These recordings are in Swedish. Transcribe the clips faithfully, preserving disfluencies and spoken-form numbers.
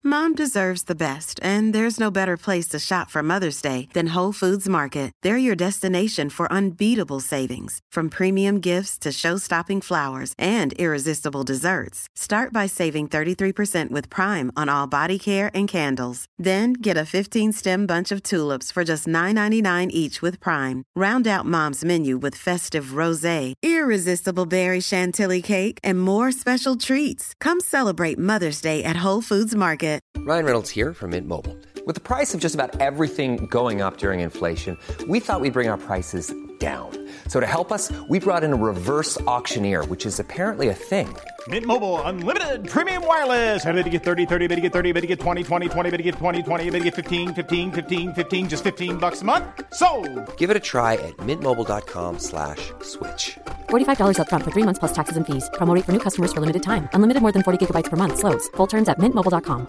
Mom deserves the best, and there's no better place to shop for Mother's Day than Whole Foods Market. They're your destination for unbeatable savings, from premium gifts to show-stopping flowers and irresistible desserts. Start by saving thirty-three percent with Prime on all body care and candles. Then get a fifteen-stem bunch of tulips for just nine ninety-nine each with Prime. Round out Mom's menu with festive rosé, irresistible berry chantilly cake, and more special treats. Come celebrate Mother's Day at Whole Foods Market. Ryan Reynolds here from Mint Mobile. With the price of just about everything going up during inflation, we thought we'd bring our prices down. So to help us, we brought in a reverse auctioneer, which is apparently a thing. Mint Mobile Unlimited Premium Wireless. How to get thirty, thirty, how to get thirty, how to get twenty, twenty, twenty, how to get twenty, twenty, how to get fifteen, fifteen, fifteen, fifteen, just fifteen bucks a month? Sold! Give it a try at mintmobile.com slash switch. forty-five dollars up front for three months plus taxes and fees. Promo rate for new customers for limited time. Unlimited more than forty gigabytes per month. Slows full terms at mint mobile dot com.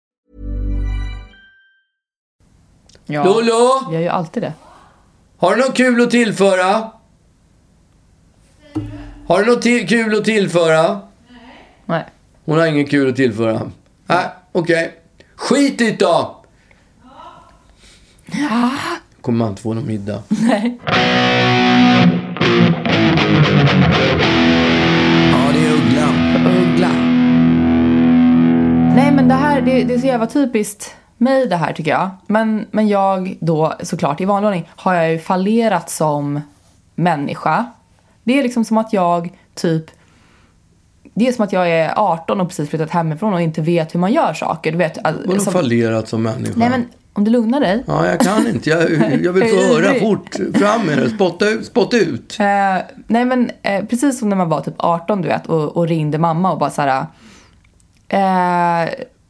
Ja, Lolo, jag gör ju alltid det. har du något kul att tillföra? Har du något till- kul att tillföra? Nej. Hon har ingen kul att tillföra. Nej, okej. Okay. Skit i det då! Ja. Kommer man inte få någon middag. Nej. Ja, det är Uggla. Uggla. Nej, men det här, det, det är så jävla typiskt mig det här tycker jag. Men, men jag då, såklart i vanlig ordning, har jag ju fallerat som människa. Det är liksom som att jag typ... Det är som att jag är arton och precis flyttat hemifrån och inte vet hur man gör saker. Du vet, Vad har som... fallerat som människa? Nej, men om du lugnar dig. Ja, jag kan inte. Jag, jag vill få höra fort. Fram med det. Spotta ut. Spotta ut. Uh, nej, men uh, precis som när man var typ arton, du vet, och, och ringde mamma och bara så här... Uh,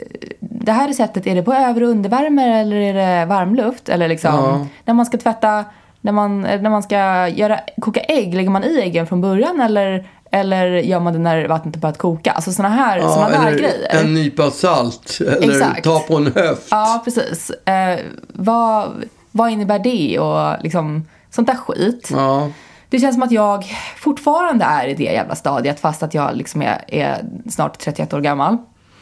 det här receptet, är det på över- och undervärme eller är det varmluft? Eller liksom, ja. när man ska tvätta, när man, när man ska göra, koka ägg, lägger man i äggen från början eller, eller gör man det när vattnet är på att koka? Alltså såna här, ja, såna där eller grejer. En nypa salt. Eller Exakt. Ta på en höft. Ja, precis. Eh, vad, vad innebär det? Och liksom, sånt där skit. Ja. Det känns som att jag fortfarande är i det jävla stadiet, fast att jag liksom är, är snart trettioett år gammal.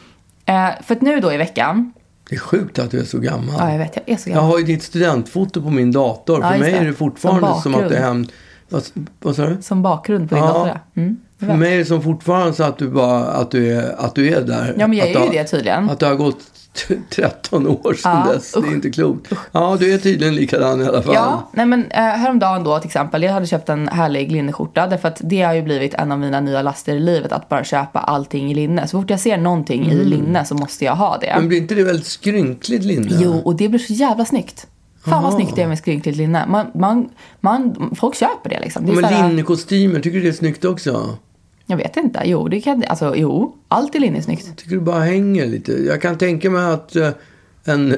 Eh, för att nu då i veckan... Det är sjukt att du är så gammal. Ja, jag vet. Jag är så gammal. Jag har ju ditt studentfoto på min dator. Ja, för mig det. är det fortfarande som, som att det är hem... Vad, vad sa du? Som bakgrund på din ja. dator. Mm, för mig är det som fortfarande så att du, bara, att du, är, att du är där. Ja, men jag att är ju du, det tydligen. Att det har gått tretton år sedan ja, dess. Det är inte klokt. Usch. Ja, du är tydligen likadan i alla fall. Ja, nej men eh, häromdagen då till exempel. Jag hade köpt en härlig linneskjorta. Därför att det har ju blivit en av mina nya laster i livet. Att bara köpa allting i linne. Så fort jag ser någonting mm. i linne så måste jag ha det. Men blir inte det väldigt skrynkligt linne? Jo, och det blir så jävla snyggt. Fan Aha. vad snyggt det är med skrynkligt linne. Man, man, man, folk köper det liksom. Det är men såhär... linnekostymer, tycker du det är snyggt också? Jag vet inte. Jo, det kan, alltså, jo, allt i linne är snyggt. Jag tycker du bara hänger lite. Jag kan tänka mig att uh, en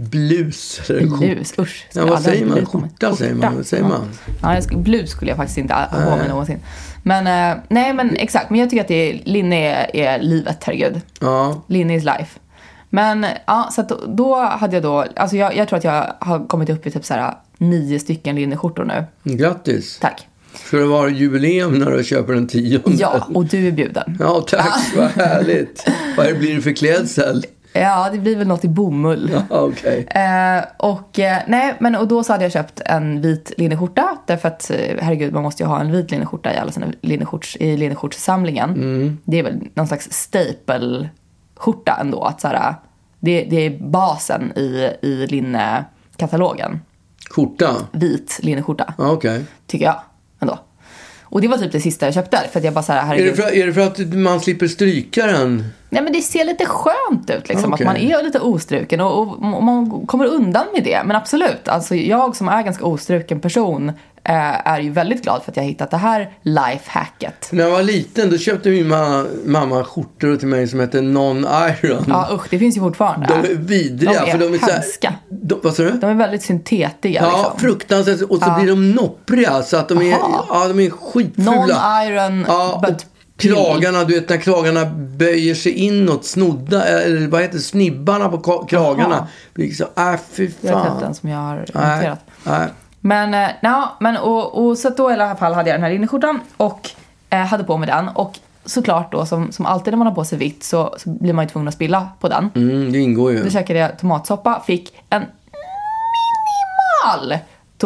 blus eller en blus, usch. Ja, vad säger man? Skjorta säger man. Vad säger ja. man? Ja, jag skulle, blus skulle jag faktiskt inte ha på mig någonsin. Men, uh, nej men exakt. Men jag tycker att det är, linne är, är livet, herregud. Ja. Linne is life. Men ja, så att då hade jag då, alltså jag, jag tror att jag har kommit upp i typ så här nio stycken linneskjortor nu. Grattis. Tack. Ska det vara jubileum när du köper en tionde? Ja, och du är bjuden. Ja, tack. Vad härligt. Vad blir det för klädsel? Ja, det blir väl något i bomull. Ja, okej. Okay. Eh, och eh, nej, men och då så hade jag köpt en vit linneskjorta. Därför att, herregud, man måste ju ha en vit linneskjorta i alla sina linneskjorts, i linneskjortssamlingen. Mm. Det är väl någon slags staple skjorta ändå, att så här, det, det är basen i, i linnekatalogen. Skjorta? Vit linneskjorta. Ja, okej. Okay. Tycker jag ändå. Och det var typ det sista jag köpte. För att jag bara så här, herregud. Är det för, är det för att man slipper stryka den? Nej, men det ser lite skönt ut liksom, okay. att man är lite ostruken och, och, och man kommer undan med det. Men absolut, alltså jag som är ganska ostruken person eh, är ju väldigt glad för att jag har hittat det här lifehacket. När jag var liten då köpte min ma- mamma skjortor till mig som heter Non-Iron. Ja, usch, det finns ju fortfarande. De är vidriga. De är, för de är hemska. De, vad sa du? De är väldigt syntetiska. Ja, liksom. fruktansvärt. Och så ja. blir de noppriga så att de är, ja, de är skitfula. Non-Iron, ja, but kragarna, du vet när kragarna böjer sig inåt, snodda, eller vad heter snibbarna på kragarna. Blir så, äh, fy fan. Jag vet inte den som jag har noterat. Nej. Men, ja, men och, och så då i alla fall hade jag den här linneskjortan och eh, hade på mig den. Och såklart då, som, som alltid när man har på sig vitt så, så blir man ju tvungen att spilla på den. Mm, det ingår ju. Då käkade jag tomatsoppa, fick en minimal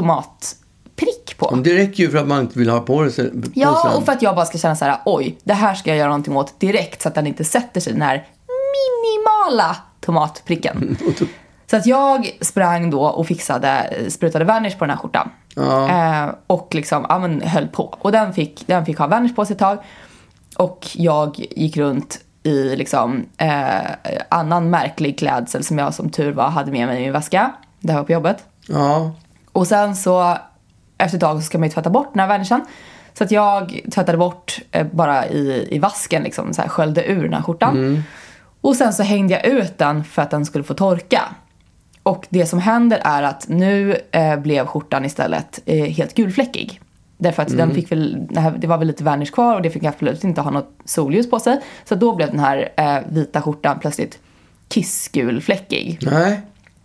tomatprick på. Men det räcker ju för att man inte vill ha på det på Ja, sen. och för att jag bara ska känna så här: oj, det här ska jag göra någonting åt direkt så att den inte sätter sig, den här minimala tomatpricken. Så att jag sprang då och fixade, sprutade vanish på den här skjortan. Ja. Eh, och liksom, ja men höll på. Och den fick, den fick ha vanish på sig ett tag. Och jag gick runt i liksom eh, annan märklig klädsel som jag som tur var hade med mig i min väska. Det här var på jobbet. Ja. Och sen så, efter ett tag så ska man ju tvätta bort den här vanishen. Så att jag tvättade bort eh, bara i, i vasken liksom, så här, sköljde ur den här skjortan. Mm. Och sen så hängde jag ut den för att den skulle få torka. Och det som händer är att nu eh, blev skjortan istället eh, helt gulfläckig. Därför att mm. den fick väl, det var väl lite vanish kvar och det fick absolut inte ha något solljus på sig. Så då blev den här eh, vita skjortan plötsligt kissgulfläckig. Nej.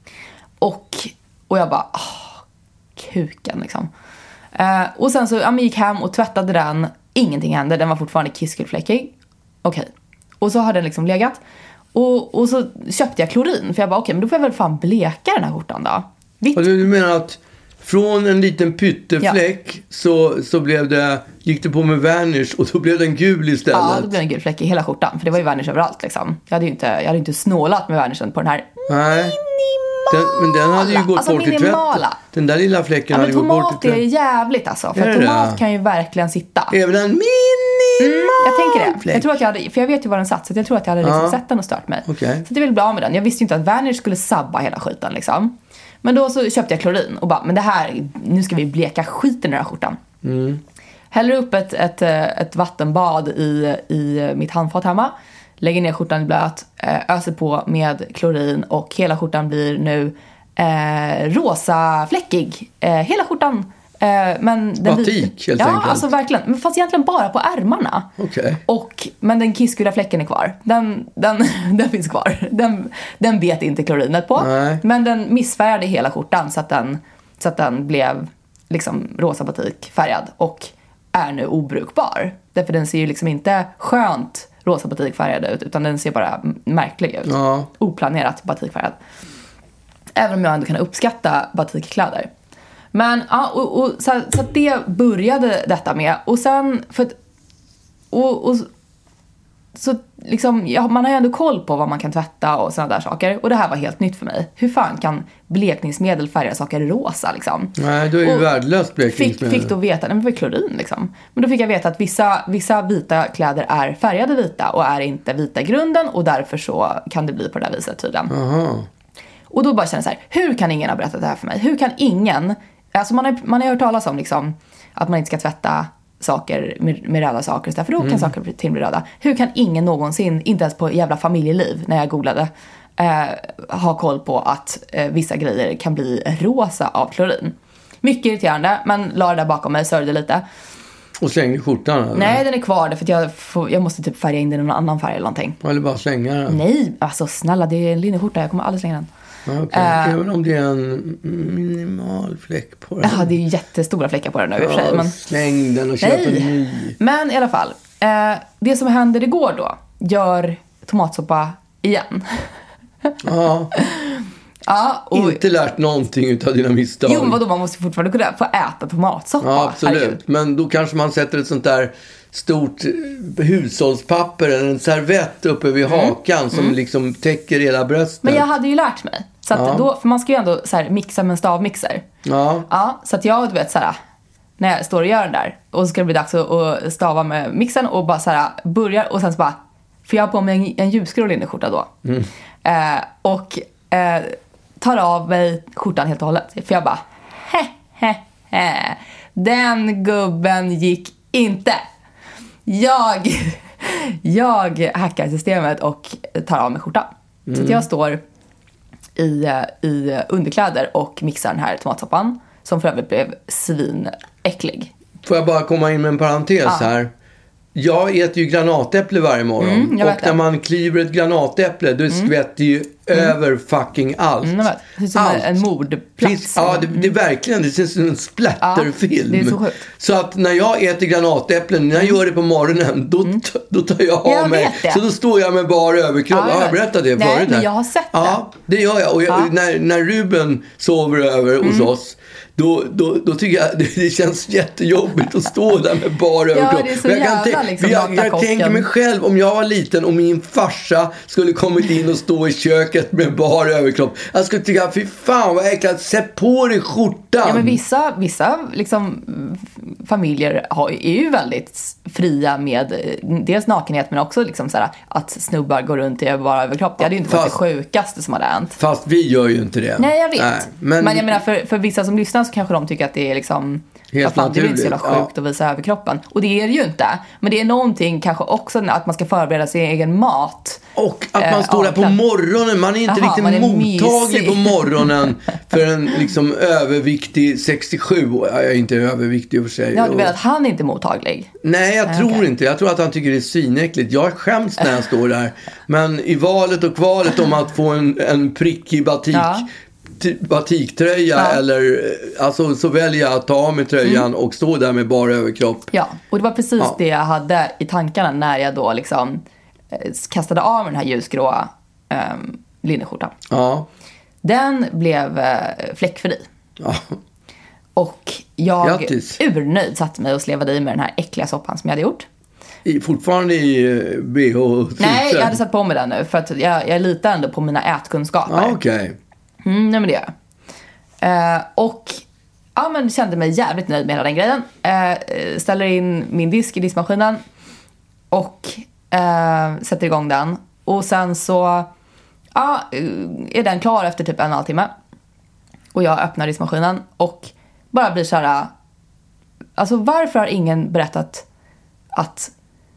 Och, och jag bara, åh, kuken liksom. Eh, och sen så jag gick hem och tvättade den. Ingenting hände, den var fortfarande kissgulfläckig. Okej. Okay. Och så har den liksom legat. Och, och så köpte jag klorin. För jag bara, okej, okay, men då får jag väl fan bleka den här skjortan då. Vitt. Och du menar att från en liten pyttefläck ja. så, så blev det, gick det på med vanish och då blev den gul istället. Ja, då blev den gul fläck i hela skjortan. För det var ju vanish överallt liksom. Jag hade ju inte, jag hade inte snålat med vanishen på den här. Nej. Den, men den hade ju gått alltså bort i tvätt. Den där lilla fläcken ja, hade gått bort i tvätt. Tomat är jävligt alltså. För tomat det? Kan ju verkligen sitta. Även en minimal mm, Jag tänker det. Fläck. Jag tror att jag hade, för jag vet ju var den satt. Så jag tror att jag hade liksom ja. sett den och stört mig. Okay. Så jag ville bli av med den. Jag visste ju inte att vanish skulle sabba hela skiten liksom. Men då så köpte jag klorin och bara, men det här, nu ska vi bleka skiten i den här skjortan. Mm. Häller upp ett, ett, ett vattenbad i, i mitt handfat hemma. Lägger ner skjortan i blöt, öser på med klorin och hela skjortan blir nu eh, rosa fläckig. Eh, hela skjortan. Eh, men den batik helt ja, enkelt. Ja, alltså verkligen. Men fast egentligen bara på ärmarna. Okay. Och, men den kissgula fläcken är kvar. Den, den, den finns kvar. Den, den bet inte klorinet på. Nej. Men den missfärgade hela skjortan så att den, så att den blev liksom rosa batikfärgad. Och är nu obrukbar. Därför den ser ju liksom inte skönt rosa batikfärgad ut. Utan den ser bara märklig ut. Ja. Oplanerat batikfärgad. Även om jag ändå kan uppskatta batikkläder. Men ja, och, och, så, så att det började detta med. Och sen, för att, och, och så liksom, ja, man har ju ändå koll på vad man kan tvätta och sådana där saker. Och det här var helt nytt för mig. Hur fan kan blekningsmedel färga saker rosa liksom? Nej, då är ju och värdelöst blekningsmedel. Fick, fick då veta, nej men det var klorin liksom. Men då fick jag veta att vissa, vissa vita kläder är färgade vita och är inte vita i grunden. Och därför så kan det bli på det där viset tydligen. Aha. Och då bara känner jag så här, hur kan ingen ha berättat det här för mig? Hur kan ingen, alltså man har, man har hört talas om liksom, att man inte ska tvätta saker med, med röda saker. För då kan mm. saker till bli röda. Hur kan ingen någonsin, inte ens på jävla familjeliv när jag googlade, eh, ha koll på att eh, vissa grejer kan bli rosa av klorin? Mycket irriterande, men la det där bakom mig, sörjde lite. Och slängde skjortan? Eller? Nej, den är kvar för att jag, får, jag måste typ färga in den i någon annan färg eller någonting. Eller bara slänga den? Nej, alltså snälla, det är en linneskjorta, jag kommer aldrig slänga den. Okay. Uh, Även om det är en minimal fläck på den. Ja, det är ju jättestora fläckar på den nu i och för sig. Men... Släng den och köp en ny. Men i alla fall, eh, det som händer igår då, gör tomatsoppa igen. Ja. Ja, och... Inte lärt någonting utav dina misstag. Jo, men vadå, man måste fortfarande kunna få äta tomatsoppa. Ja, absolut. Herregud. Men då kanske man sätter ett sånt där stort hushållspapper eller en servett uppe vid mm. hakan som mm. liksom täcker hela bröstet. Men jag hade ju lärt mig. Så att ja. då, för man ska ju ändå så här, mixa med en stavmixer. Ja. Ja, så att jag, du vet, så här, när jag står och gör den där och så ska det bli dags att, att stava med mixen och bara så här, börjar och sen så bara, för jag har på mig en, en ljusgrå linneskjorta då. Mm. Eh, och eh, tar av mig skjortan helt och hållet. För jag bara, he, he, he. Den gubben gick inte. Jag, jag hackar systemet och tar av mig skjortan. Mm. Så att jag står i, i underkläder och mixar den här tomatsoppan. Som för övrigt blev svinäcklig. Får jag bara komma in med en parentes ja. här? Jag äter ju granatäpple varje morgon. Mm, och när man kliver ett granatäpple, då mm. skvätter ju mm. över fucking allt. Mm, det är som allt. En mordplats. Finns, ja, det, det är verkligen, det är som en splatterfilm. Ja, det är så sjukt. Så att när jag äter granatäpplen, när jag gör det på morgonen, då, mm. då tar jag av jag mig. Så då står jag med bara överkropp. Ja, jag har berättat det Nej, förut. Men jag har sett det. Ja, det gör jag. Och jag, ja. när, när Ruben sover över mm. hos oss, Då, då, då tycker jag det, det känns jättejobbigt att stå där med bara överkropp. Ja, det är så jag kan jävla te- liksom jag, jag tänker mig själv om jag var liten och min farsa skulle kommit in och stå i köket med bara överkropp. Jag skulle tycka, fy fan vad äckligt, sätt på dig skjortan. Ja, men vissa, vissa liksom, familjer har, är ju väldigt fria med dels nakenhet men också liksom så här, att snubbar går runt i bara överkropp. Det hade ju inte fast, varit det sjukaste som hade hänt. Fast vi gör ju inte det. Nej, jag vet. Nej, men, men jag menar för, för vissa som lyssnar så kanske de tycker att det är liksom helt fan, det är inte så jävla sjukt ja. att visa överkroppen. Och det är det ju inte. Men det är någonting kanske också att man ska förbereda sin egen mat. Och att man står där på morgonen. Man är inte Aha, riktigt är mottaglig mysig. På morgonen för en liksom överviktig sextiosju. Jag är inte överviktig i och för sig. Ja, du vet att han är inte mottaglig? Nej, jag Nej, tror okay. inte. Jag tror att han tycker det är svinäckligt. Jag skäms när jag står där. Men i valet och kvalet om att få en, en prickig batik... Ja. batiktröja ja. eller alltså så väljer jag att ta av mig tröjan mm. och stå där med bara överkropp. Ja, och det var precis ja. det jag hade i tankarna när jag då liksom eh, kastade av den här ljusgråa eh, linneskjortan. Ja. Den blev eh, fläckfri. Ja. Och jag Grattis. urnöjd satte mig och slevade i med den här äckliga soppan som jag hade gjort. I, fortfarande i B H? Nej, jag hade satt på mig den nu för att jag, jag litar ändå på mina ätkunskaper. Ja, okej. Okay. Mm, nej men det gör jag. Eh, och ja, men kände mig jävligt nöjd med hela den grejen. Eh, ställer in min disk i diskmaskinen och eh, sätter igång den. Och sen så ja, är den klar efter typ en halvtimme. Och jag öppnar diskmaskinen och bara blir så här. Alltså varför har ingen berättat att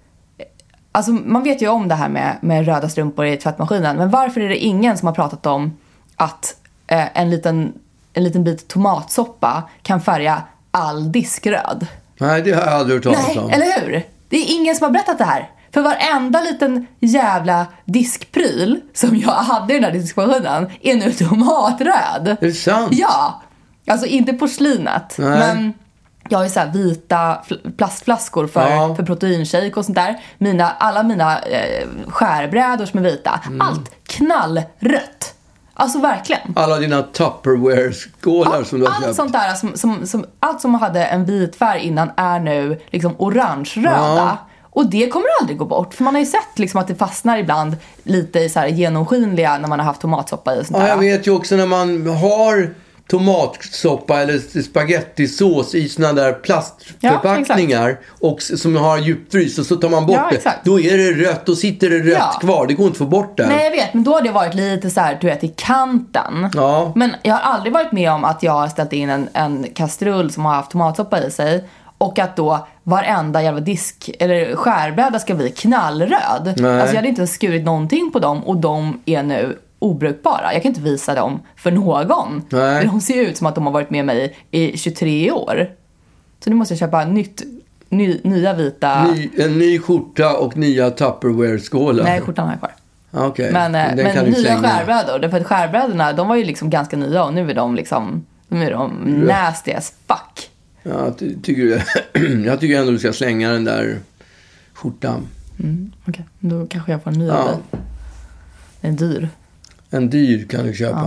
alltså man vet ju om det här med, med röda strumpor i tvättmaskinen. Men varför är det ingen som har pratat om att eh, en, liten, en liten bit tomatsoppa kan färga all diskröd? Nej, det har jag aldrig hört talas om. Nej, eller hur? Det är ingen som har berättat det här. För varenda liten jävla diskpryl som jag hade i den här diskmaskinen är nu tomatröd. Är det sant? Ja. Alltså inte porslinet. Nej. Men jag har ju så här vita plastflaskor för, ja. för proteinshake och sånt där. Mina, alla mina eh, skärbrädor som är vita. Mm. Allt knallrött. Alltså verkligen. Alla dina Tupperware-skålar ja, som du har allt köpt. Sånt där, som, som, som, allt som hade en vit färg innan är nu liksom orange-röda. Ja. Och det kommer aldrig gå bort. För man har ju sett liksom att det fastnar ibland lite i så här genomskinliga när man har haft tomatsoppa i och sånt ja, där. Jag vet ju också när man har tomatsoppa eller spagettisås i såna där plastförpackningar ja, och som har djupfrys och så tar man bort ja, det. Då är det rött, då sitter det rött ja. kvar. Det går inte att få bort det. Nej, jag vet, men då har det varit lite så här, du vet, i kanten. Ja. Men jag har aldrig varit med om att jag har ställt in en, en kastrull som har haft tomatsoppa i sig och att då varenda jävla disk eller skärbräda ska bli knallröd. Nej. Alltså jag hade inte skurit någonting på dem och de är nu obrukbara. Jag kan inte visa dem för någon. Nej. De ser ut som att de har varit med mig i tjugotre år. Så nu måste jag köpa nytt, ny, nya vita... Ny, en ny skjorta och nya Tupperware-skålar. Nej, skjortan har jag kvar. Okay. Men, men, men nya skärbrädor. Därför att skärbrädorna, de var ju liksom ganska nya och nu är de liksom nu är de nasty as fuck. Ja, ty, tycker, jag tycker ändå du ska slänga den där skjortan. Mm, okej, okay. Då kanske jag får en ny av dig. Den är dyr. En dyr kan du köpa.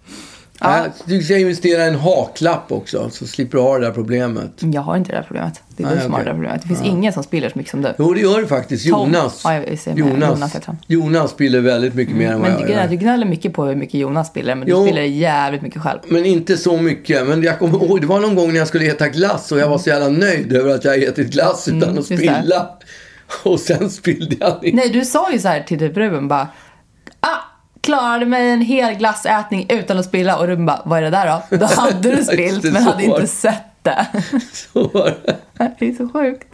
Ja. Ja. Du ska investera i en haklapp också, så slipper du ha det där problemet. Jag har inte det där problemet. Det är du Nej, som okay. har det där problemet. Det finns ja. ingen som spiller så mycket som du. Jo, det gör det faktiskt. Jonas. Ja, jag ser Jonas. Jonas, jag Jonas spiller väldigt mycket mm. mer än vad men jag gör. Du gnäller mycket på hur mycket Jonas spiller, men jo, du spiller jävligt mycket själv. Men inte så mycket. Men jag kommer ihåg, det var någon gång när jag skulle äta glass och jag var så jävla nöjd över att jag ätit glass utan mm, att spilla. Och sen spillde jag inte. Nej, du sa ju så här till typ Ruben bara, ah, klarade mig en hel glassätning utan att spilla. Och Ruben bara, vad är det där då? Då hade du spillt men hade inte sett det. Så var det. Det är så sjukt.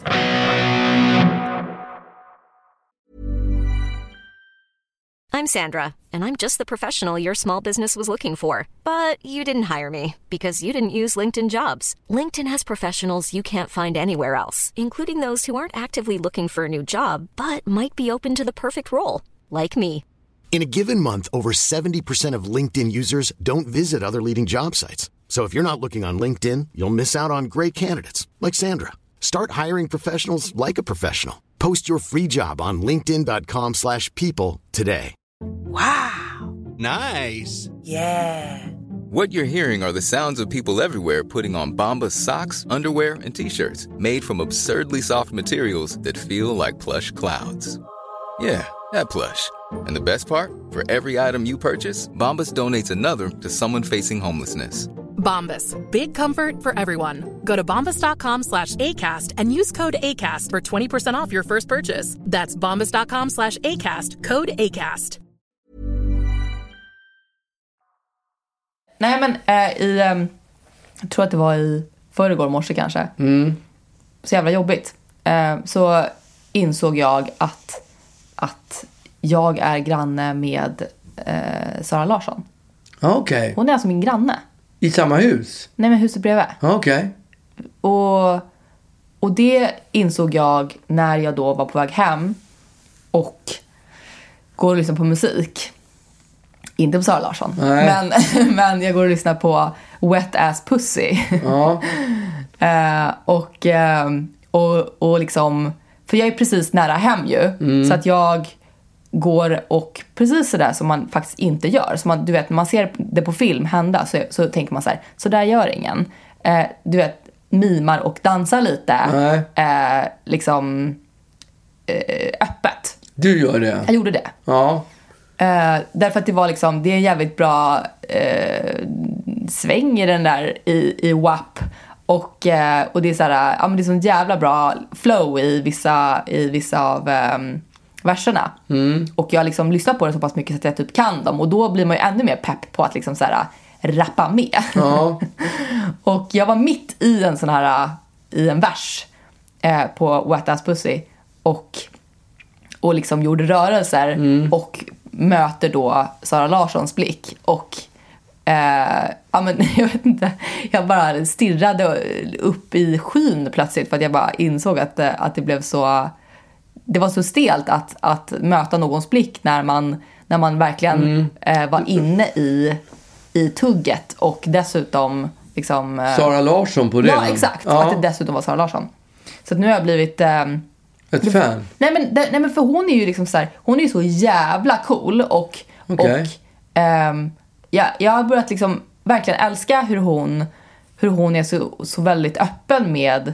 I'm Sandra, and I'm just the professional your small business was looking for. But you didn't hire me because you didn't use LinkedIn Jobs. LinkedIn has professionals you can't find anywhere else, including those who aren't actively looking for a new job, but might be open to the perfect role, like me. In a given month, over seventy percent of LinkedIn users don't visit other leading job sites. So if you're not looking on LinkedIn, you'll miss out on great candidates like Sandra. Start hiring professionals like a professional. Post your free job on linkedin dot com slash people today. Wow. Nice. Yeah. What you're hearing are the sounds of people everywhere putting on Bombas socks, underwear, and T-shirts made from absurdly soft materials that feel like plush clouds. Yeah, that plush. And the best part? For every item you purchase, Bombas donates another to someone facing homelessness. Bombas, big comfort for everyone. Go to bombas.com slash ACAST and use code ACAST for twenty percent off your first purchase. That's bombas.com slash ACAST, code ACAST. Nej, men äh, i, ähm, jag tror att det var i förrgår morse kanske. Mm. Så jävla jobbigt. Äh, så insåg jag att, att jag är granne med äh, Sara Larsson. Okej. Okay. Hon är alltså min granne. I samma hus? Nej, men huset bredvid. Okej. Okay. Och, och det insåg jag när jag då var på väg hem och går och lyssnar på musik. Inte på Sara Larsson. Men, men jag går och lyssnar på Wet Ass Pussy. Ja. uh, och, uh, och, och liksom... För jag är precis nära hem ju. Mm. Så att jag går och precis sådär som man faktiskt inte gör. Så man, du vet, när man ser det på film hända så, så tänker man så här, så där gör ingen. Uh, du vet, mimar och dansar lite. Uh, liksom uh, öppet. Du gör det? Jag gjorde det. Ja. Uh, därför att det var liksom, det är en jävligt bra uh, sväng i den där i, i W A P och, uh, och det är så här, ja men det är sån jävla bra flow i vissa, i vissa av um, verserna. Mm. Och jag liksom lyssnar på det så pass mycket så att jag typ kan dem och då blir man ju ännu mer pepp på att liksom så här rappa med. Ja. Och jag var mitt i en sån här i en vers uh, på Wet Ass Pussy och och liksom gjorde rörelser mm. och möter då Sara Larssons blick och eh, ja men jag vet inte, jag bara stirrade upp i skyn plötsligt för att jag bara insåg att, att det blev så, det var så stelt att, att möta någons blick när man, när man verkligen mm. eh, var inne i, i tugget och dessutom liksom eh, Sara Larsson på det. Ja, exakt, ja. Att det dessutom var Sara Larsson. Så att nu har jag blivit eh, ett fan. Nej men, det, nej men för hon är ju liksom så här, hon är ju så jävla cool och, okay. och ähm, ja, jag har börjat liksom verkligen älska hur hon hur hon är så, så väldigt öppen med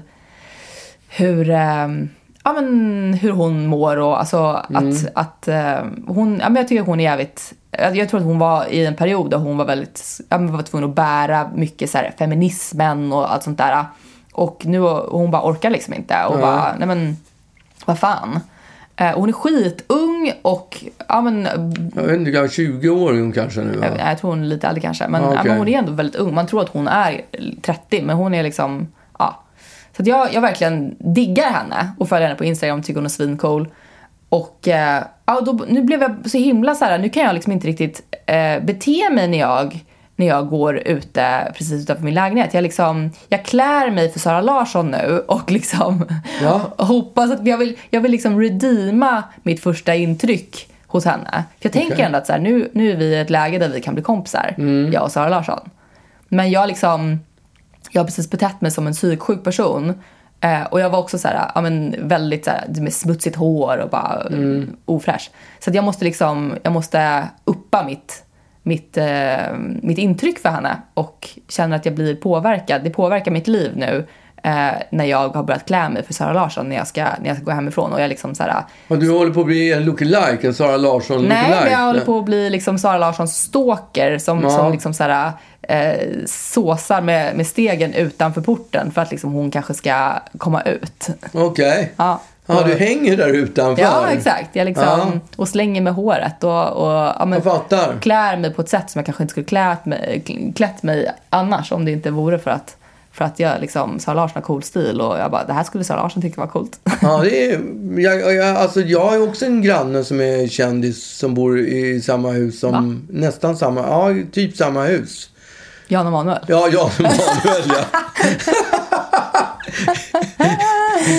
hur ähm, ja men hur hon mår och alltså mm. att, att ähm, hon, ja men jag tycker att hon är jävligt, jag tror att hon var i en period där hon var väldigt, ja men var tvungen att bära mycket så här feminismen och allt sånt där och nu hon bara orkar liksom inte och mm. bara, nej men vad fan. Eh, hon är skitung och ja men jag vet inte, tjugo år hon kanske nu. Jag, jag tror hon är lite äldre kanske, men, ah, okay. ja, men hon är ändå väldigt ung. Man tror att hon är trettio, men hon är liksom ja. Så att jag jag verkligen diggar henne och följer henne på Instagram, tycker hon är svincool. Och eh, ja då nu blev jag så himla så här, nu kan jag liksom inte riktigt eh, bete mig när jag när jag går ute precis utanför min lägenhet. Jag liksom jag klär mig för Sara Larsson nu och liksom ja. hoppas att jag vill jag vill liksom redeema mitt första intryck hos henne. För jag tänker okay. ändå att så här, nu nu är vi i ett läge där vi kan bli kompisar, mm. jag och Sara Larsson. Men jag liksom jag har precis betett mig som en psyksjuk person. Eh, och jag var också så här, ja men väldigt så här, med smutsigt hår och bara mm. ofräsch. Så att jag måste liksom jag måste uppa mitt Mitt, eh, mitt intryck för henne och känner att jag blir påverkad. Det påverkar mitt liv nu eh, när jag har börjat klä mig för Sara Larsson när jag ska, när jag ska gå hemifrån. Och jag liksom så här, och du håller på att bli en lookalike, en Sara Larsson lookalike? Nej, men jag håller på att bli liksom Sara Larssons stalker som, ja. som liksom så här, eh, såsar med, med stegen utanför porten för att liksom hon kanske ska komma ut. Okej. Okay. Ja. Ja, du hänger där utanför. Ja, exakt. Jag liksom, ja. och slänger med håret och, och ja, men, klär mig på ett sätt som jag kanske inte skulle klätt mig, klätt mig annars om det inte vore för att, för att jag liksom, Sara Larsson har cool stil och jag bara, det här skulle Sara Larsson tycka var coolt. Ja, det är, jag, jag, alltså, jag har också en granne som är kändis som bor i samma hus som, Va? nästan samma, ja, typ samma hus. Jan Emanuel. Ja, Jan Emanuel, ja.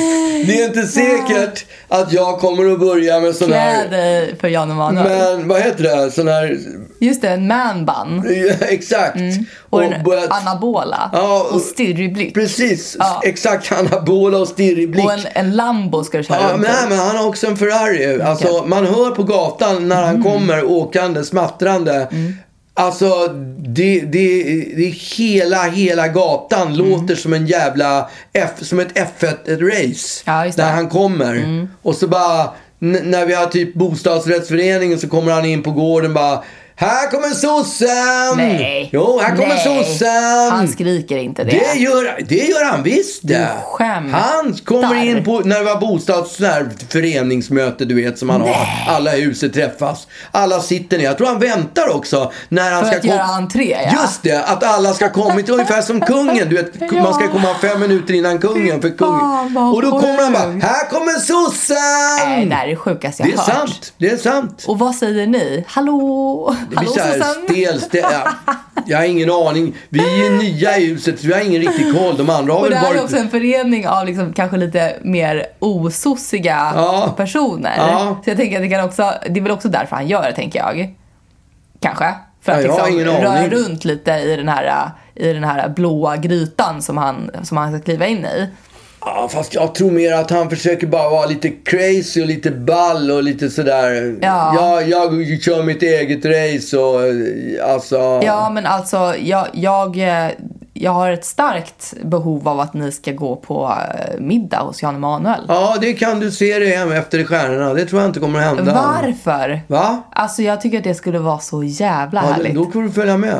Det är inte säkert att jag kommer att börja med sån här... Kläder för Jan Emanuel. Men vad heter det? Sån här... Just det, en manbun. Ja, exakt. Mm. Och, och en börjat... anabola. Ja, och, och stirrig blick. Precis, ja. Exakt. Anabola och stirrig blick. Och en, en Lambo ska du köra ja, runt. Men, nej, men han har också en Ferrari. Okay. Alltså, man hör på gatan när han mm. kommer åkande, smattrande. Mm. Alltså, det, det, det hela, hela gatan mm. låter som en jävla F, som ett F ett-race. Ja, när han kommer. Mm. Och så bara, n- när vi har typ bostadsrättsföreningen så kommer han in på gården bara... Här kommer sossen! Nej. Jo, här kommer Nej. sossen! Han skriker inte det. Det gör, det gör han visst det. Han kommer in på, när det var bostadsföreningsmöte, du vet, som han Nej. har. Alla huset träffas. Alla sitter ner. Jag tror han väntar också. När han För ska att kom... göra entré, ja. Just det, att alla ska komma. Ungefär som kungen. Du vet, ja. Man ska komma fem minuter innan kungen. För kungen. Och då kommer han bara, här kommer sossen! Nej, det är det sjukaste jag har hört. Det är sant, det är sant. Och vad säger ni? Hallå? Det blir så här stel, stel, ja. Jag har ingen aning. Vi är nya i huset, så vi har ingen riktig koll. De andra har och väl det här varit... är också en förening av liksom, kanske lite mer osossiga ja. personer. Ja. Så jag tänker att det kan också, det är väl också därför han gör det, tänker jag. Kanske. För att ja, liksom, röra runt lite i den här, i den här blåa grytan som han, som han ska kliva in i. Ja, fast jag tror mer att han försöker bara vara lite crazy och lite ball och lite sådär. Ja. Jag, jag kör mitt eget race och alltså... Ja, men alltså jag, jag, jag har ett starkt behov av att ni ska gå på middag hos Jan Emanuel. Ja, det kan du se det hem efter stjärnorna. Det tror jag inte kommer att hända. Varför? Va? Alltså jag tycker att det skulle vara så jävla ja, härligt. Då får du följa med.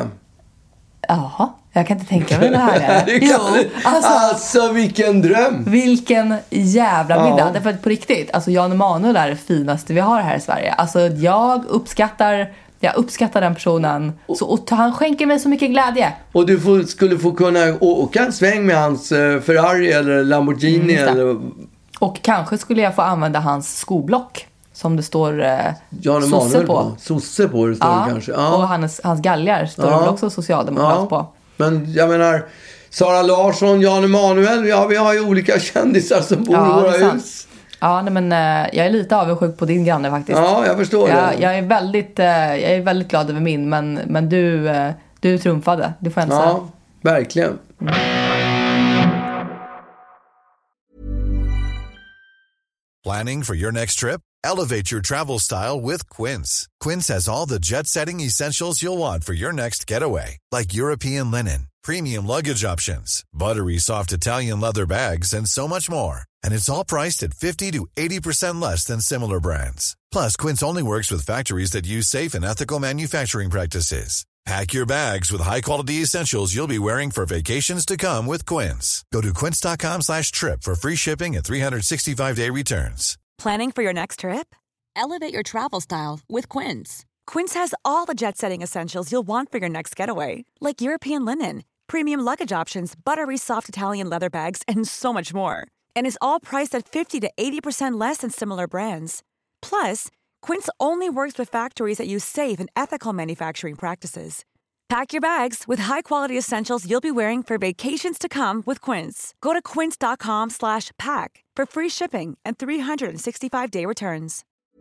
Jaha. Jag kan inte tänka mig det här. det jo, alltså, alltså vilken dröm. Vilken jävla middag. Ja. Därför att på riktigt, alltså Jan Emanuel är det finaste vi har här i Sverige. Alltså jag uppskattar Jag uppskattar den personen så, och han skänker mig så mycket glädje. Och du får, skulle få kunna åka en sväng med hans uh, Ferrari eller Lamborghini mm, eller... Och kanske skulle jag få använda hans skoblock som det står uh, Jan sosse på. på. Sosse på det står ja, det kanske. Ja. Och hans, hans galgar står ja. det också socialdemokrat ja. på. Men jag menar, Sara Larsson, Jan Emanuel, ja, vi har ju olika kändisar som bor ja, i våra hus. Ja, nej, men uh, jag är lite avundsjuk på din granne faktiskt. Ja, jag förstår jag, det. Jag är väldigt, uh, jag är väldigt glad över min, men, men du, uh, du trumfade. Det får jag inte säga. Ja, verkligen. Mm. Planning for your next trip? Elevate your travel style with Quince. Quince has all the jet-setting essentials you'll want for your next getaway, like European linen, premium luggage options, buttery soft Italian leather bags, and so much more. And it's all priced at fifty to eighty percent less than similar brands. Plus, Quince only works with factories that use safe and ethical manufacturing practices. Pack your bags with high-quality essentials you'll be wearing for vacations to come with Quince. Go to quince.com slash trip for free shipping and three sixty-five day returns. Planning for your next trip? Elevate your travel style with Quince. Quince has all the jet-setting essentials you'll want for your next getaway, like European linen, premium luggage options, buttery soft Italian leather bags, and so much more. And is all priced at fifty to eighty percent less than similar brands. Plus, Quince only works with factories that use safe and ethical manufacturing practices. Pack your bags with high-quality essentials you'll be wearing for vacations to come with Quince. Go to quince.com slash pack for free shipping and three sixty-five day returns.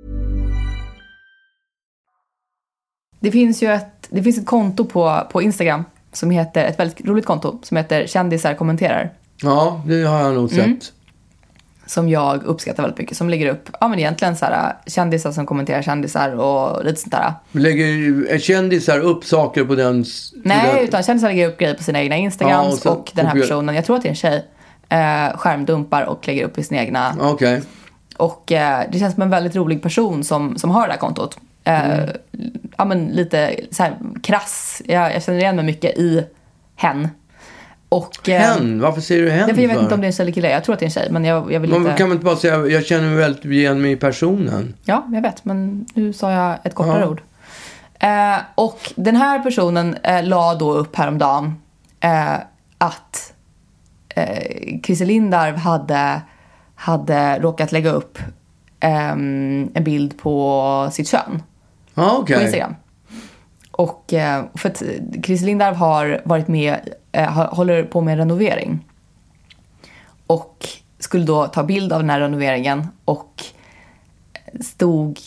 Det finns ju ett, det finns ett konto på, på Instagram som heter, ett väldigt roligt konto som heter Kändisar kommenterar. Ja, det har jag nog sett. Mm. Som jag uppskattar väldigt mycket. Som lägger upp, ja men egentligen så här, kändisar som kommenterar kändisar och lite sånt där. Lägger kändisar upp saker på den... Nej, den... utan kändisar lägger upp grejer på sina egna Instagrams. Ja, och, och den här personen, jag tror att det är en tjej, eh, skärmdumpar och lägger upp i sin egna. Okej. Okay. Och eh, det känns som en väldigt rolig person som, som har det här kontot. Eh, mm. Ja men lite så här krass. Jag, jag känner igen mig mycket i hen. Och, hen? Varför säger du hen? Jag vet inte om det är en tjej eller kille. Jag tror att det är en tjej, men jag, jag vill man inte... kan man inte bara säga, jag känner mig väldigt igen mig i personen. Ja, jag vet, men nu sa jag ett kortare ja. ord. Eh, och den här personen eh, la då upp häromdagen eh, att eh, Christer Lindarw hade, hade råkat lägga upp eh, en bild på sitt kön. Ah, okay. På Instagram. Och eh, för att Christer Lindarw har varit med, eh, håller på med en renovering. Och skulle då ta bild av den här renoveringen och stod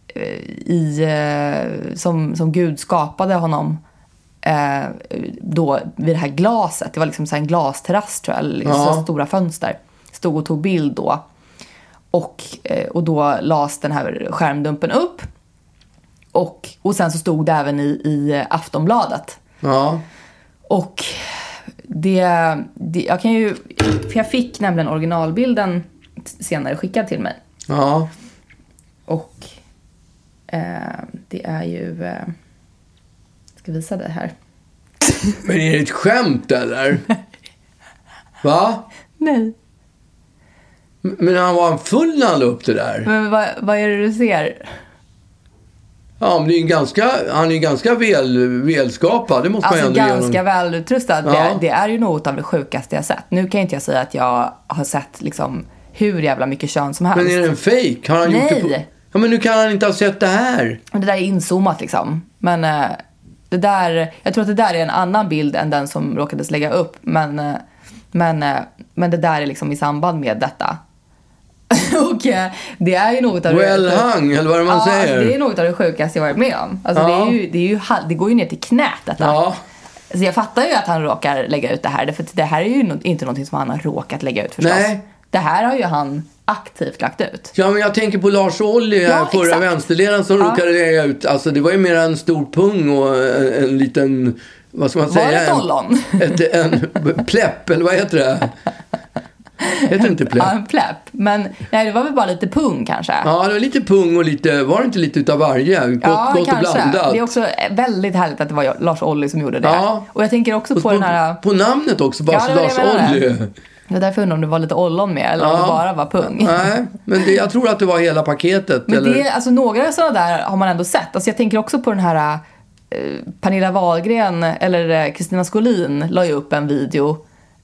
i, som, som Gud skapade honom eh, då vid det här glaset. Det var liksom så här en glasterrass tror jag, liksom ja. så stora fönster. Stod och tog bild då. Och, eh, och då lades den här skärmdumpen upp. Och, och sen så stod det även i, i Aftonbladet. Ja. Och det, det, jag kan ju, för jag fick nämligen originalbilden senare skickad till mig. Ja. Och eh, det är ju, eh, ska visa det här. Men är det ett skämt eller? Va? Nej. Men han var en full när han la upp det där. Men vad, vad är det du ser? Ja, men det är en ganska, han är ganska väl, välskapad. Det måste alltså man ändå ganska genom... välutrustad. Ja. Det, det är ju något av det sjukaste jag sett. Nu kan inte jag säga att jag har sett liksom hur jävla mycket kön som helst. Men är det en fake? Har han Nej. gjort det på... Ja, men nu kan han inte ha sett det här. Det där är inzoomat liksom. Men eh, det där, jag tror att det där är en annan bild än den som råkades lägga upp. Men, eh, men, eh, men det där är liksom i samband med detta. Och eh, det är ju något av well det... hung, eller vad man ja, säger. det är något av det sjukaste jag varit med om. Alltså ja. det, är ju, det, är ju, det går ju ner till knät detta. Ja. Så jag fattar ju att han råkar lägga ut det här. För det här är ju inte någonting som han har råkat lägga ut förstås. Nej. Det här har ju han aktivt lagt ut. Ja, men jag tänker på Lars Ohly, ja, förra exakt. vänsterledaren som ja. råkade lägga ut. Alltså det var ju mer en stor pung och en, en liten, vad ska man säga? Var det ett ollon? Ett, en plepp, eller vad heter det? Heter det inte plepp? Ja, en plepp. Men nej, det var väl bara lite pung kanske. Ja, det var lite pung och lite, var det inte lite utav varje? Gott, ja, gott kanske. Och blandat. Det är också väldigt härligt att det var Lars Ohly som gjorde det. Ja. Och jag tänker också på, på den här... På namnet också, bara ja, Lars Ohly. Det är därför undrar om det var lite ollon med eller ja. om det bara var pung. Nej, men det, jag tror att det var hela paketet. Men eller? Det, alltså några sådana där har man ändå sett. Alltså jag tänker också på den här eh, Pernilla Wahlgren eller Kristina eh, Skolin la ju upp en video.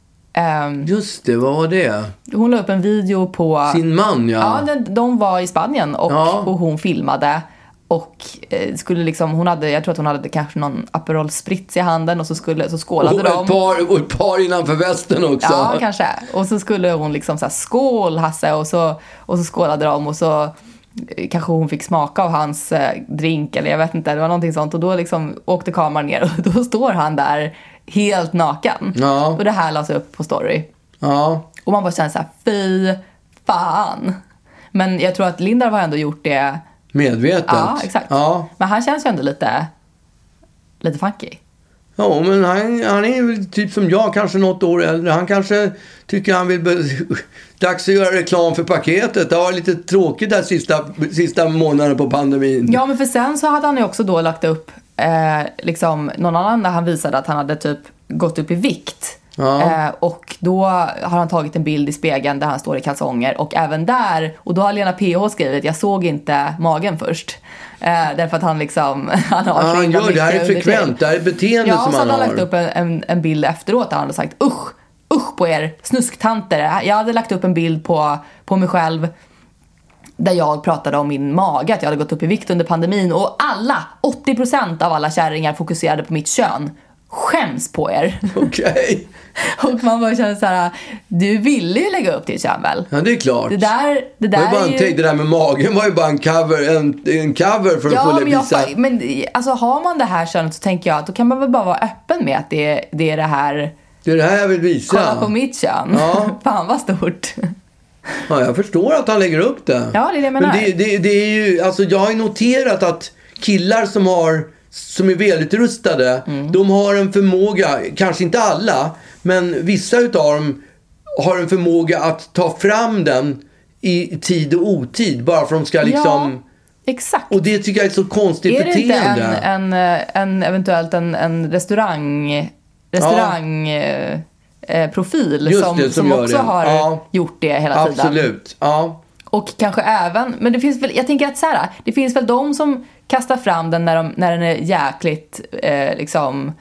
Um, Just det, vad var det? Hon la upp en video på... Sin man, ja. Ja, de, de var i Spanien och, ja. och hon filmade. Och eh, skulle liksom, hon hade, jag tror att hon hade kanske någon Aperol Spritz i handen och så, skulle, så skålade och de. Ett par, och ett par innanför västen också. Ja, kanske. Och så skulle hon liksom så här, skål Hasse och så, och så skålade de och så eh, kanske hon fick smaka av hans eh, drink eller jag vet inte, det var någonting sånt. Och då liksom åkte kameran ner och då står han där helt naken. Ja. Och det här lades upp på story. Ja. Och man bara känner så här, fy fan. Men jag tror att Lindar har ändå gjort det medvetet. Ja, exakt. Ja. Men han känns ju ändå lite lite funky. Ja, men han, han är väl typ som jag, kanske något år äldre. Han kanske tycker han vill... Be- dags att göra reklam för paketet. Det var lite tråkigt där sista, sista månaden på pandemin. Ja, men för sen så hade han ju också då lagt upp eh, liksom någon annan där han visade att han hade typ gått upp i vikt. Ja. Eh, och då har han tagit en bild i spegeln där han står i kalsonger. Och även där, och då har Lena P H skrivit, jag såg inte magen först. Eh, därför att han liksom han har ja, han gör det här är frekvent, det här är beteende ja, som han har. Ja, så har han lagt upp en, en, en bild efteråt där han hade sagt usch, usch på er snusktanter. Jag hade lagt upp en bild på, på mig själv där jag pratade om min mage, att jag hade gått upp i vikt under pandemin. Och alla, åttio procent av alla kärringar fokuserade på mitt kön. Skäms på er. Okej. Okay. Och man bara känner så här, du ville ju lägga upp ditt kön väl? Ja, det är klart. Det där, det där det var bara en är ju... take, det där med magen var ju bara en cover, en, en cover för ja, att få men visa. Jag, men alltså har man det här könet så tänker jag att då kan man väl bara vara öppen med att det, det är det här. Det är det här jag vill visa. Kolla på mitt kön. Ja. Fan vad stort. Ja, jag förstår att han lägger upp det. Ja, det är det jag menar. Men det, det, det är ju, alltså jag har ju noterat att killar som har som är välutrustade, mm. de har en förmåga, kanske inte alla, men vissa utav dem har en förmåga att ta fram den i tid och otid, bara för att de ska liksom... Ja, exakt. Och det tycker jag är ett så konstigt är det beteende. Inte en, en, en, eventuellt en, en restaurang, restaurang ja. eh, profil som, det, som, som också det. har ja. gjort det hela Absolut. tiden. Absolut, ja. Och kanske även, men det finns väl, jag tänker att så här, det finns väl de som kastar fram den när, de, när den är jäkligt eh, liksom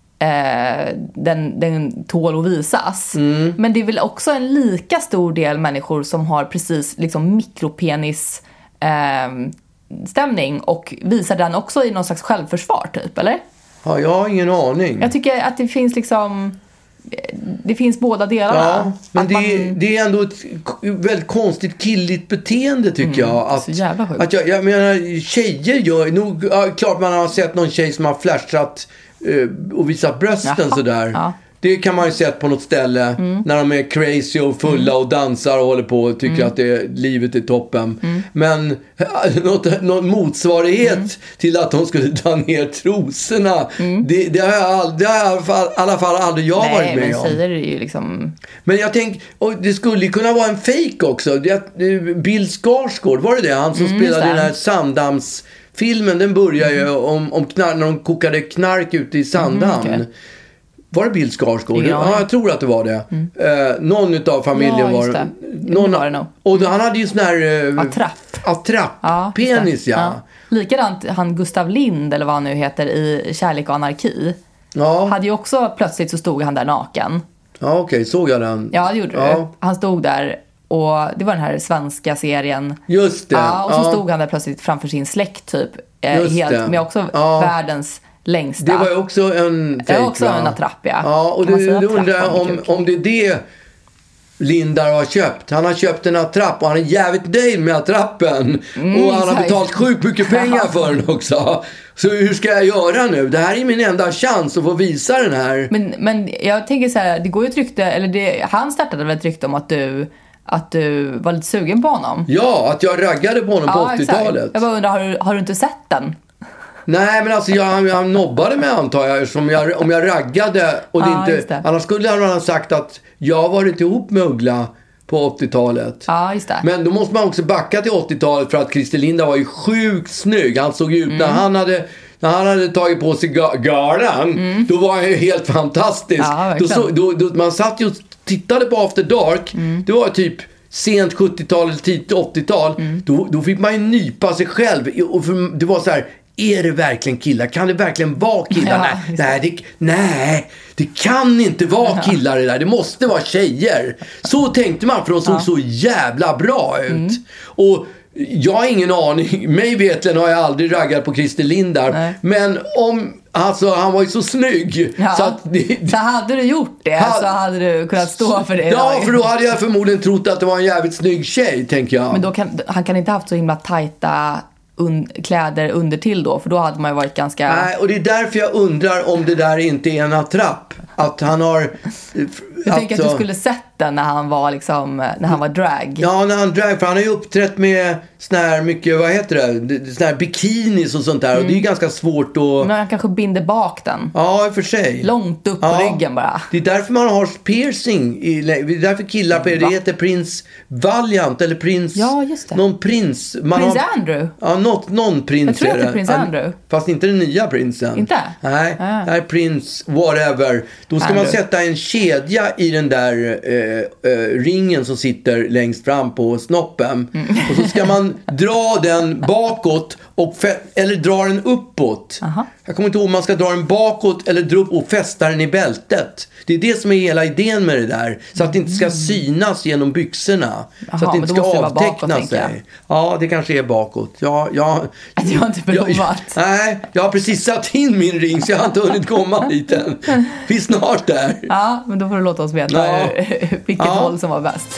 eh, den, den tål att visas. Mm. Men det är väl också en lika stor del människor som har precis liksom mikropenis eh, stämning och visar den också i någon slags självförsvar typ, eller? Ja, jag har ingen aning. Jag tycker att det finns liksom det finns båda delarna. Ja, men det, man... det är ändå ett väldigt konstigt killigt beteende tycker mm, jag. Att, så jävla sjukt. Att jag, jag menar, tjejer gör nog, ja, klart man har sett någon tjej som har flashat uh, och visat brösten Jaha, sådär. Ja. Det kan man ju sett på något ställe mm. när de är crazy och fulla mm. och dansar och håller på och tycker mm. att det, livet är toppen. Mm. Men något, någon motsvarighet mm. till att de skulle dra ner trosorna, mm. det, det har jag aldrig, det har jag i alla fall, i alla fall aldrig jag Nej, varit med men om. Säger det ju liksom... Men jag tänker, och det skulle ju kunna vara en fake också. Det, Bill Skarsgård, var det det? Han som mm, spelade den här Sandhamns-filmen, den börjar ju mm. om, om knark, när de kokade knark ute i Sandhamn. Mm, okay. Var det Bill Skarsgård? Ja, jag tror att det var det. Mm. Eh, någon utav familjen ja, var det. Någon, det var det nog. Och då, han hade ju sån här... Eh, attrapp. Attrapp. Ja, penis, ja. ja. Likadant han Gustav Lind, eller vad han nu heter, i Kärlek och anarki. Ja. Hade ju också, plötsligt så stod han där naken. Ja, okej. Okay. Såg jag den? Ja, det gjorde ja. du. Han stod där och det var den här svenska serien. Just det. Ja, och så ja. stod han där plötsligt framför sin släkt typ. Eh, helt, det. Med också ja. världens... längsta. Det var ju också en fake, det var också va? en attrapp, ja. Ja, och du, du undrar om, om det är det Lindar har köpt. Han har köpt en attrapp och han är jävligt nöjd med attrappen. Mm, och han har betalt sjukt mycket pengar för den också. Så hur ska jag göra nu? Det här är min enda chans att få visa den här. Men, men jag tänker så här, det går ju ett rykte, eller det, han startade väl ett rykte om att du... att du var lite sugen på honom. Ja, att jag raggade på honom ja, på åttiotalet. Exakt. Jag bara undrar, har du, har du inte sett den? Nej, men alltså jag, jag nobbade mig antar jag, som jag om jag raggade och det ja, inte, annars skulle han ha sagt att jag har varit ihop med Uggla på åttiotalet. Ja, just det. Men då måste man också backa till åttiotalet för att Christer Linda var ju sjukt snygg. Han såg ut mm. när han hade när han hade tagit på sig ga- garden, mm. då var han ju helt fantastisk. Ja, då, så, då, då man satt ju och tittade på After Dark. Mm. Det var typ sent sjuttiotal eller tidigt åttiotal. Mm. Då, då fick man ju nypa sig själv och för, det var så här. Är det verkligen killar? Kan det verkligen vara killar? Ja, nej, nej, det, nej, det kan inte vara killar det där. Det måste vara tjejer. Så tänkte man, för de såg ja. så jävla bra ut. Mm. Och jag har ingen aning. Mig vetligen har jag aldrig raggat på Christer Lindar. Nej. Men om... Alltså, han var ju så snygg. Ja. Så, att det, så hade du gjort det ha, så hade du kunnat stå för det. Ja, för då hade jag förmodligen trott att det var en jävligt snygg tjej, tänker jag. Men då kan, han kan inte haft så himla tajta... Un- kläder under till då, för då hade man ju varit ganska... Nej, och det är därför jag undrar om det där inte är en attrapp. Att han har... Jag tänker att du skulle sett den när han var liksom, när han var drag. Ja, när han drag, för han har ju uppträtt med sån här mycket, vad heter det? Sån här bikinis och sånt där. Mm. Och det är ju ganska svårt att... Men han kanske binder bak den. Ja, för sig. Långt upp ja. på ryggen bara. Det är därför man har piercing. I, det är därför killar på det. Det heter prins Valiant eller prins... Ja, just det. Någon prins. Man prins har, Andrew? Ja, något, någon prins. Jag tror att det är prins Andrew. Fast inte den nya prinsen. Inte? Nej, ah. det är prins whatever. Då ska Andrew. man sätta en kedja i den där eh, eh, ringen som sitter längst fram på snoppen. Mm. Och så ska man dra den bakåt och fä- eller dra den uppåt. Aha. Jag kommer inte ihåg om man ska dra den bakåt eller dra upp och fästa den i bältet. Det är det som är hela idén med det där. Så att det inte ska synas genom byxorna. Aha, så att det inte ska avteckna bakåt, sig. Ja, det kanske är bakåt. Ja, ja, jag har inte provat. Jag, nej, jag har precis satt in min ring så jag har inte hunnit komma dit än. Vi är snart där. Ja, men då får du låta oss veta ja. vilket ja. håll som var bäst.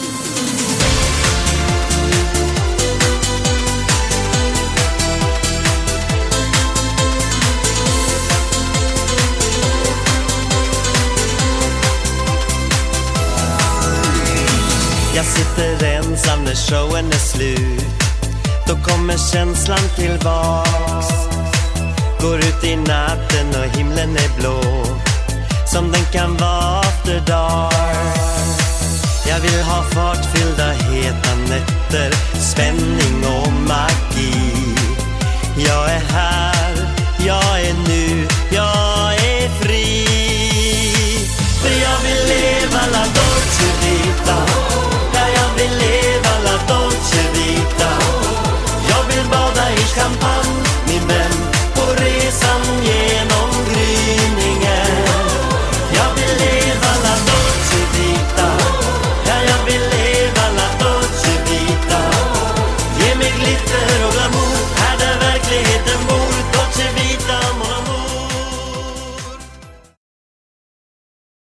Jag sitter ensam när showen är slut. Då kommer känslan tillbaks. Går ut i natten och himlen är blå, som den kan vara after dark. Jag vill ha fartfyllda heta nätter, spänning och magi. Jag är här